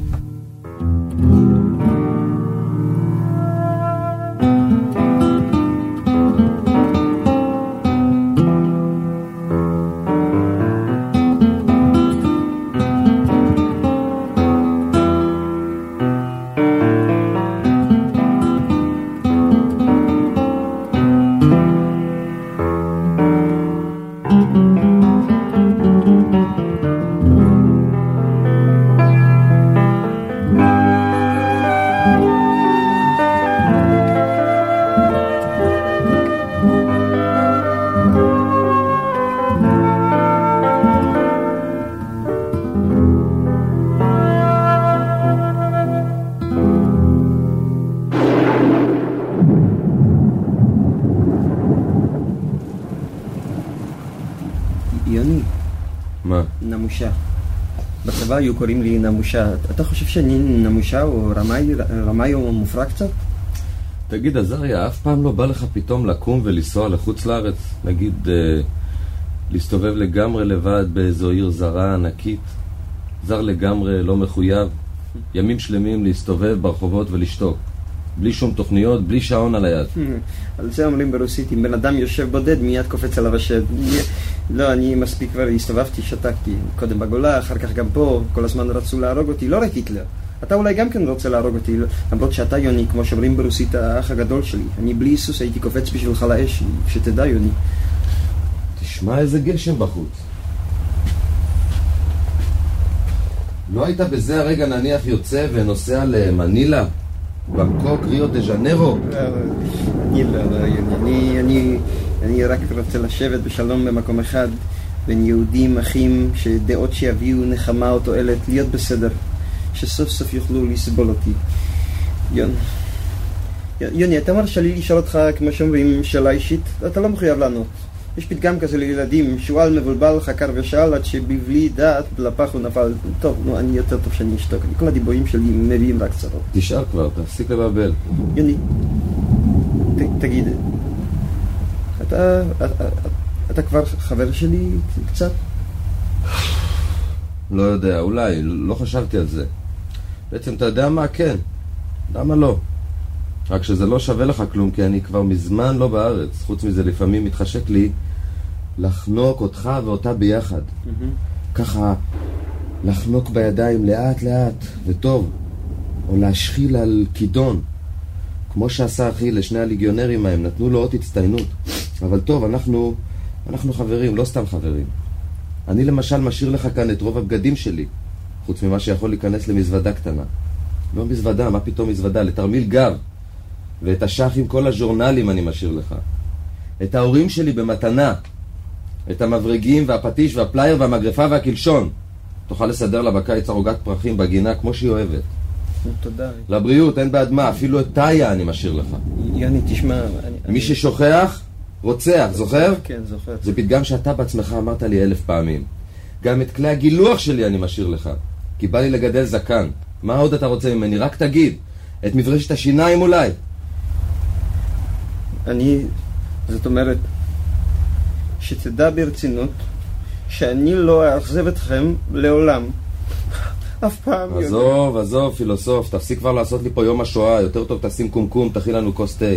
יוני. מה? נמושה. בצבא היו קוראים לי נמושה. אתה חושב שאני נמושה או רמאי או מופרע קצת? תגיד, עזריה, אף פעם לא בא לך פתאום לקום ולנסוע לחוץ לארץ? נגיד, להסתובב לגמרי לבד באיזו עיר זרה ענקית? זר לגמרי, לא מחויב. ימים שלמים להסתובב ברחובות ולשתוק. בלי שום תוכניות, בלי שעון על היד. על זה אומרים ברוסית, אם בן אדם יושב בודד, מיד קופץ עליו השד. לא, אני מספיק כבר הסתובבתי, שתקתי. קודם בגולה, אחר כך גם פה, כל הזמן רצו להרוג אותי, לא רק היטלר. אתה אולי גם כן רוצה להרוג אותי, למרות שאתה, יוני, כמו שאומרים ברוסית, האח הגדול שלי. אני בלי היסוס הייתי קופץ בשבילך לאש, שתדע, יוני. תשמע איזה גשם בחוץ. לא היית בזה הרגע נניח יוצא ונוסע למנילה? בנקוק, ריו דה ז'נרו? אני רק רוצה לשבת בשלום במקום אחד. בין יהודים, אחים, שדעות שיביאו נחמה או תועלת, להיות בסדר, שסוף סוף יוכלו לסבול אותי. יוני, אתה מרשה לי לשאול אותך, כמו שאומרים, שאלה אישית? אתה לא מחויב לענות. יש פתגם כזה לילדים, שואל מבולבל, חקר ושאל, עד שבבלי דעת לפח הוא נפל. טוב, נו, אני יותר טוב שאני אשתוק. כל הדיבורים שלי מביאים רק צרות. תשאל כבר, תפסיק לבלבל. יוני, תגיד, אתה כבר חבר שלי קצת? לא יודע, אולי, לא חשבתי על זה. בעצם אתה יודע מה? כן. למה לא? רק שזה לא שווה לך כלום, כי אני כבר מזמן לא בארץ. חוץ מזה לפעמים מתחשק לי לחנוק אותך ואותה ביחד. ככה לחנוק בידיים לאט לאט וטוב, או להשחיל על כידון, כמו שעשה אחי לשני הליגיונרים ההם. נתנו לו עוד הצטיינות. אבל טוב, אנחנו חברים, לא סתם חברים. אני למשל משאיר לך כאן את רוב הבגדים שלי, חוץ ממה שיכול להיכנס למזוודה קטנה. לא מזוודה, מה פתאום מזוודה? לתרמיל גב. ואת השח עם כל הז'ורנלים אני משאיר לך. את ההורים שלי במתנה. את המברגים והפטיש והפלייר והמגרפה והקלשון. תוכל לסדר לה בקיץ ערוגת פרחים בגינה כמו שהיא אוהבת. תודה. לבריאות, אין בעד מה. אפילו את טאיה אני משאיר לך. יוני, תשמע... מי ששוכח, רוצח, זוכר? כן, זוכר. זה פתגם שאתה בעצמך אמרת לי 1000 פעמים. גם את כלי הגילוח שלי אני משאיר לך. כי בא לי לגדל זקן. מה עוד אתה רוצה ממני? רק תגיד. את מברשת השיניים אולי. זאת אומרת, שתדע ברצינות שאני לא אאכזב אתכם לעולם. אף פעם. עזוב, פילוסוף, תפסיק כבר לעשות לי פה יום השואה. יותר טוב תשים קומקום, תכין לנו כוס תה.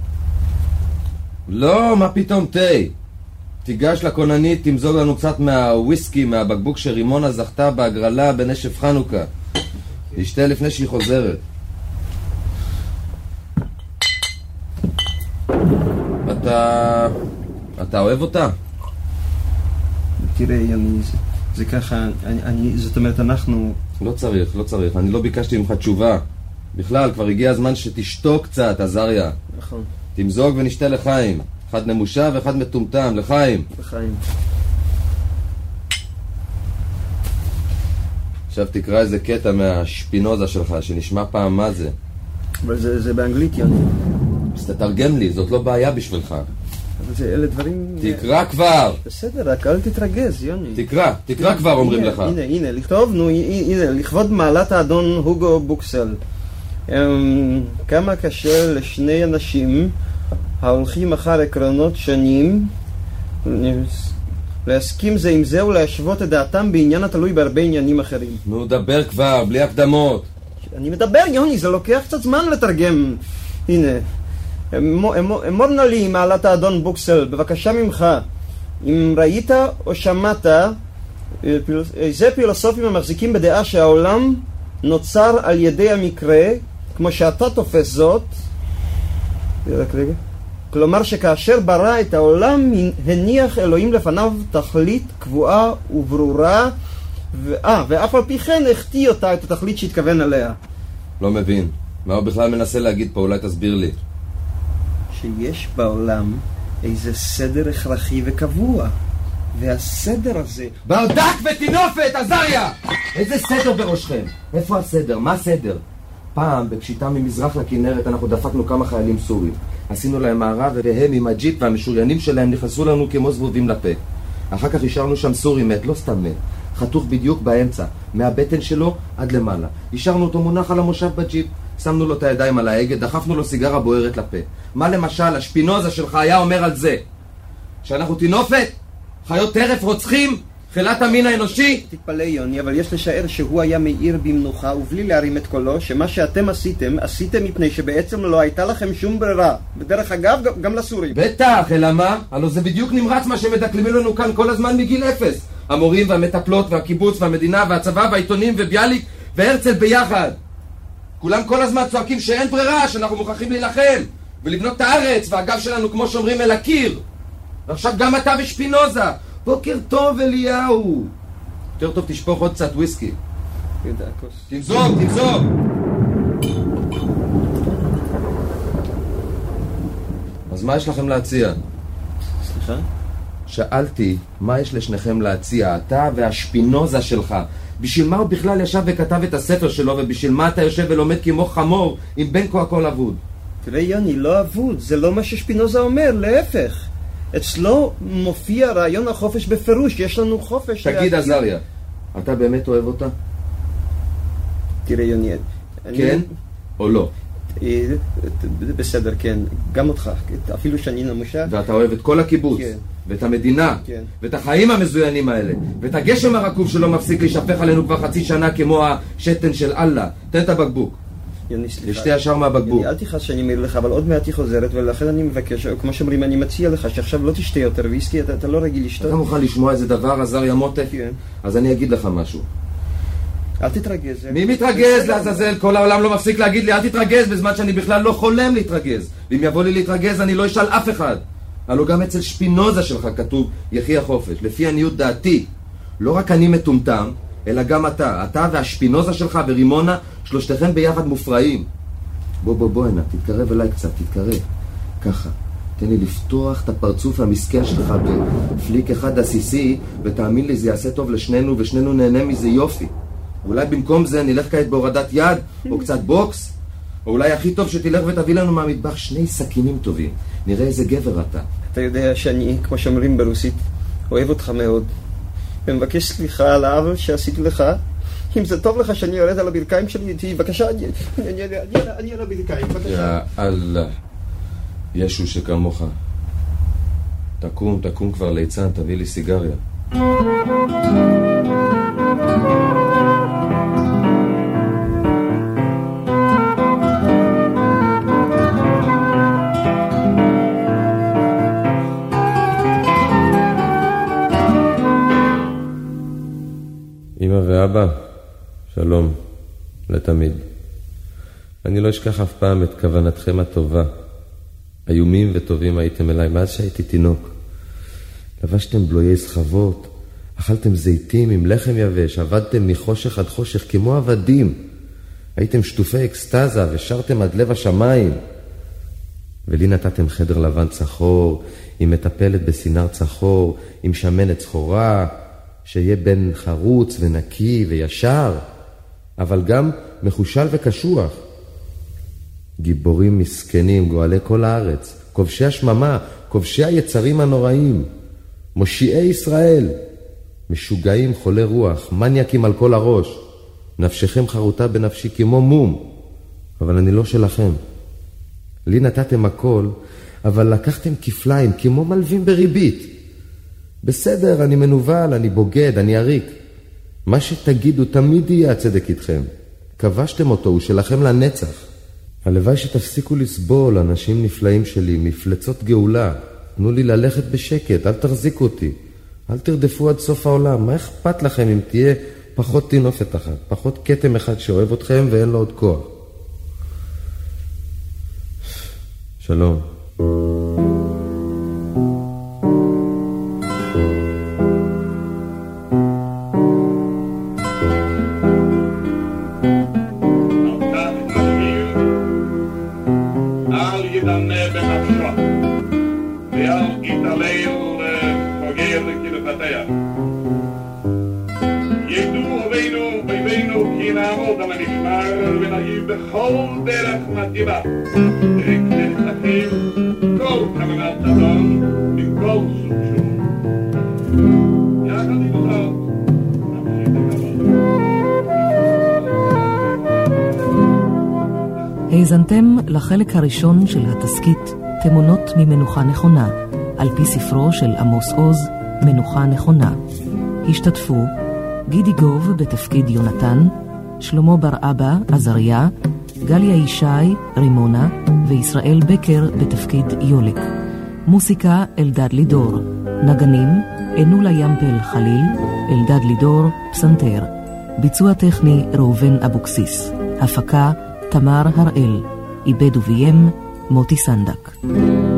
לא, מה פתאום תה? תיגש לקוננית, תמזוג לנו קצת מהוויסקי, מהבקבוק שרימונה זכתה בהגרלה בנשף חנוכה. תשתה לפני שהיא חוזרת. אתה אוהב אותה? תראה, זה ככה, זאת אומרת, אנחנו... לא צריך, אני לא ביקשתי ממך תשובה. בכלל, כבר הגיע הזמן שתשתוק קצת, עזריה. נכון. תמזוג ונשתה לחיים. אחד נמושה ואחד מטומטם, לחיים. לחיים. עכשיו תקרא איזה קטע מהשפינוזה שלך, שנשמע פעם מה זה. אבל זה באנגלית, יוני. אז תתרגם לי, זאת לא בעיה בשבילך. אבל אלה דברים... תקרא כבר! בסדר, רק אל תתרגז, יוני. תקרא כבר, אומרים לך. הנה, לכתוב, הנה, לכבוד מעלת האדון הוגו בוקסל. כמה קשה לשני אנשים ההולכים אחר עקרונות שונים להסכים זה עם זה ולהשוות את דעתם בעניין התלוי בהרבה עניינים אחרים. נו, דבר כבר, בלי הקדמות. אני מדבר, יוני, זה לוקח קצת זמן לתרגם. הנה, אמור נא לי, מעלת האדון בוקסל, בבקשה ממך, אם ראית או שמעת איזה פילוסופים המחזיקים בדעה שהעולם נוצר על ידי המקרה, כמו שאתה תופס זאת, רק רגע, כלומר שכאשר ברא את העולם הניח אלוהים לפניו תכלית קבועה וברורה, ואף על פי כן החטיא אותה את התכלית שהתכוון עליה. לא מבין, מה הוא בכלל מנסה להגיד פה? אולי תסביר לי. שיש בעולם איזה סדר הכרחי וקבוע, והסדר הזה... ברדק ותינופת, עזריה! איזה סדר בראשכם? איפה הסדר? מה הסדר? פעם, בפשיטה ממזרח לכנרת, אנחנו דפקנו כמה חיילים סורים. עשינו להם מערב, והם עם הג'יפ והמשוריינים שלהם נכנסו לנו כמו זבובים לפה. אחר כך השארנו שם סורי מת, לא סתם מת. חתוך בדיוק באמצע, מהבטן שלו עד למעלה. השארנו אותו מונח על המושב בג'יפ, שמנו לו את הידיים על ההגה, דחפנו לו סיגרה בוערת לפה. מה למשל השפינוזה שלך היה אומר על זה? שאנחנו תינופת? חיות טרף רוצחים? חילת המין האנושי? תתפלא יוני, אבל יש לשער שהוא היה מאיר במנוחה ובלי להרים את קולו, שמה שאתם עשיתם מפני שבעצם לא הייתה לכם שום ברירה. בדרך אגב, גם לסורים. בטח, אלא מה? הלוא זה בדיוק נמרץ מה שמדקלמים לנו כאן כל הזמן מגיל 0. המורים והמטפלות והקיבוץ והמדינה והצבא והעיתונים וביאליק והרצל ביחד. כולם כל הזמן צועקים שאין ברירה, שאנחנו מוכרחים להילחם ולבנות את הארץ, והגב שלנו כמו שאומרים אל הקיר. ועכשיו גם אתה ושפינוזה. בוקר טוב אליהו. יותר טוב תשפוך עוד קצת וויסקי. תמזוג. אז מה יש לכם להציע? סליחה? שאלתי, מה יש לשניכם להציע? אתה והשפינוזה שלך. בשביל מה הוא בכלל ישב וכתב את הספר שלו, ובשביל מה אתה יושב ולומד כמו חמור עם בן כה הכל אבוד? תראה יוני, לא אבוד, זה לא מה ששפינוזה אומר, להפך. אצלו מופיע רעיון החופש בפירוש, יש לנו חופש. תגיד עזריה, אתה באמת אוהב אותה? תראה יוני, כן או לא? בסדר, כן, גם אותך, אפילו שאני נמושה. ואתה אוהב את כל הקיבוץ, כן. ואת המדינה, כן. ואת החיים המזוינים האלה, ואת הגשם הרקוב שלא מפסיק להישפך עלינו כבר חצי שנה כמו השתן של אללה. תן את הבקבוק. יוני, סליחה. לשתי ישר מהבקבוק. יוני, אל תכעס שאני מעיר לך, אבל עוד מעט היא חוזרת, ולכן אני מבקש, כמו שאומרים, אני מציע לך שעכשיו לא תשתה יותר ויסקי, אתה לא רגיל לשתות. אתה מוכן לשמוע איזה דבר, עזריה מוטף? כן. אז אני אגיד לך משהו. אל תתרגז. מי מתרגז לעזאזל? כל העולם לא מפסיק להגיד לי אל תתרגז בזמן שאני בכלל לא חולם להתרגז. ואם יבוא לי להתרגז אני לא אשאל אף אחד. הלוא גם אצל שפינוזה שלך כתוב יחי החופש. לפי עניות דעתי, לא רק אני מטומטם, אלא גם אתה והשפינוזה שלך ורימונה, שלושתכם ביחד מופרעים. בוא הנה, תתקרב אליי קצת, תתקרב. ככה. תן לי לפתוח את הפרצוף המסכן שלך בפליק אחד עסיסי, ותאמין לי זה יעשה טוב לשנינו ושנינו נהנה מזה יופי. אולי במקום זה נלך כעת בהורדת יד, או קצת בוקס, או אולי הכי טוב שתלך ותביא לנו מהמטבח 2 סכינים טובים. נראה איזה גבר אתה. אתה יודע שאני, כמו שאומרים ברוסית, אוהב אותך מאוד. ומבקש סליחה על העוול שעשיתי לך. אם זה טוב לך שאני יורד על הברכיים שלי, בבקשה, אני על הברכיים, בבקשה. יא אללה, ישו שכמוך. תקום כבר ליצן, תביא לי סיגריה. אמא ואבא, שלום, לתמיד. אני לא אשכח אף פעם את כוונתכם הטובה. איומים וטובים הייתם אליי מאז שהייתי תינוק. לבשתם בלויי סחבות, אכלתם זיתים עם לחם יבש, עבדתם מחושך עד חושך כמו עבדים. הייתם שטופי אקסטזה ושרתם עד לב השמיים. ולי נתתם חדר לבן צחור, עם מטפלת בסינר צחור, עם שמנת צחורה, שיהיה בן חרוץ ונקי וישר, אבל גם מחושל וקשוח. גיבורים מסכנים, גואלי כל הארץ, כובשי השממה, כובשי היצרים הנוראים, מושיעי ישראל, משוגעים, חולי רוח, מניאקים על כל הראש. נפשכם חרוטה בנפשי כמו מום, אבל אני לא שלכם. לי נתתם הכל, אבל לקחתם כפליים כמו מלווים בריבית. בסדר, אני מנובל, אני בוגד, אני עריק. מה שתגידו תמיד יהיה הצדק איתכם. כבשתם אותו, הוא שלכם לנצח. הלוואי שתפסיקו לסבול, אנשים נפלאים שלי, מפלצות גאולה. תנו לי ללכת בשקט, אל תחזיקו אותי. אל תרדפו עד סוף העולם. מה אכפת לכם אם תהיה פחות תינופת אחת, פחות קטם אחד שאוהב אתכם ואין לו עוד כוח? שלום. בכל דרך מתאימה. דרך לכם כל כוונת אדם מכל סוג שהוא. יחד עם זאת, האזנתם לחלק הראשון של התסקית תמונות ממנוחה נכונה, על פי ספרו של עמוס עוז, מנוחה נכונה. השתתפו גידי גוב בתפקיד יונתן, שלמה בר אבא, עזריה, גליה ישי, רימונה, וישראל בקר בתפקיד יולק. מוסיקה אלדד לידור. נגנים אנולה ימפל חליל, אלדד לידור, פסנתר. ביצוע טכני ראובן אבוקסיס. הפקה תמר הראל. עיבד וביים מוטי סנדק.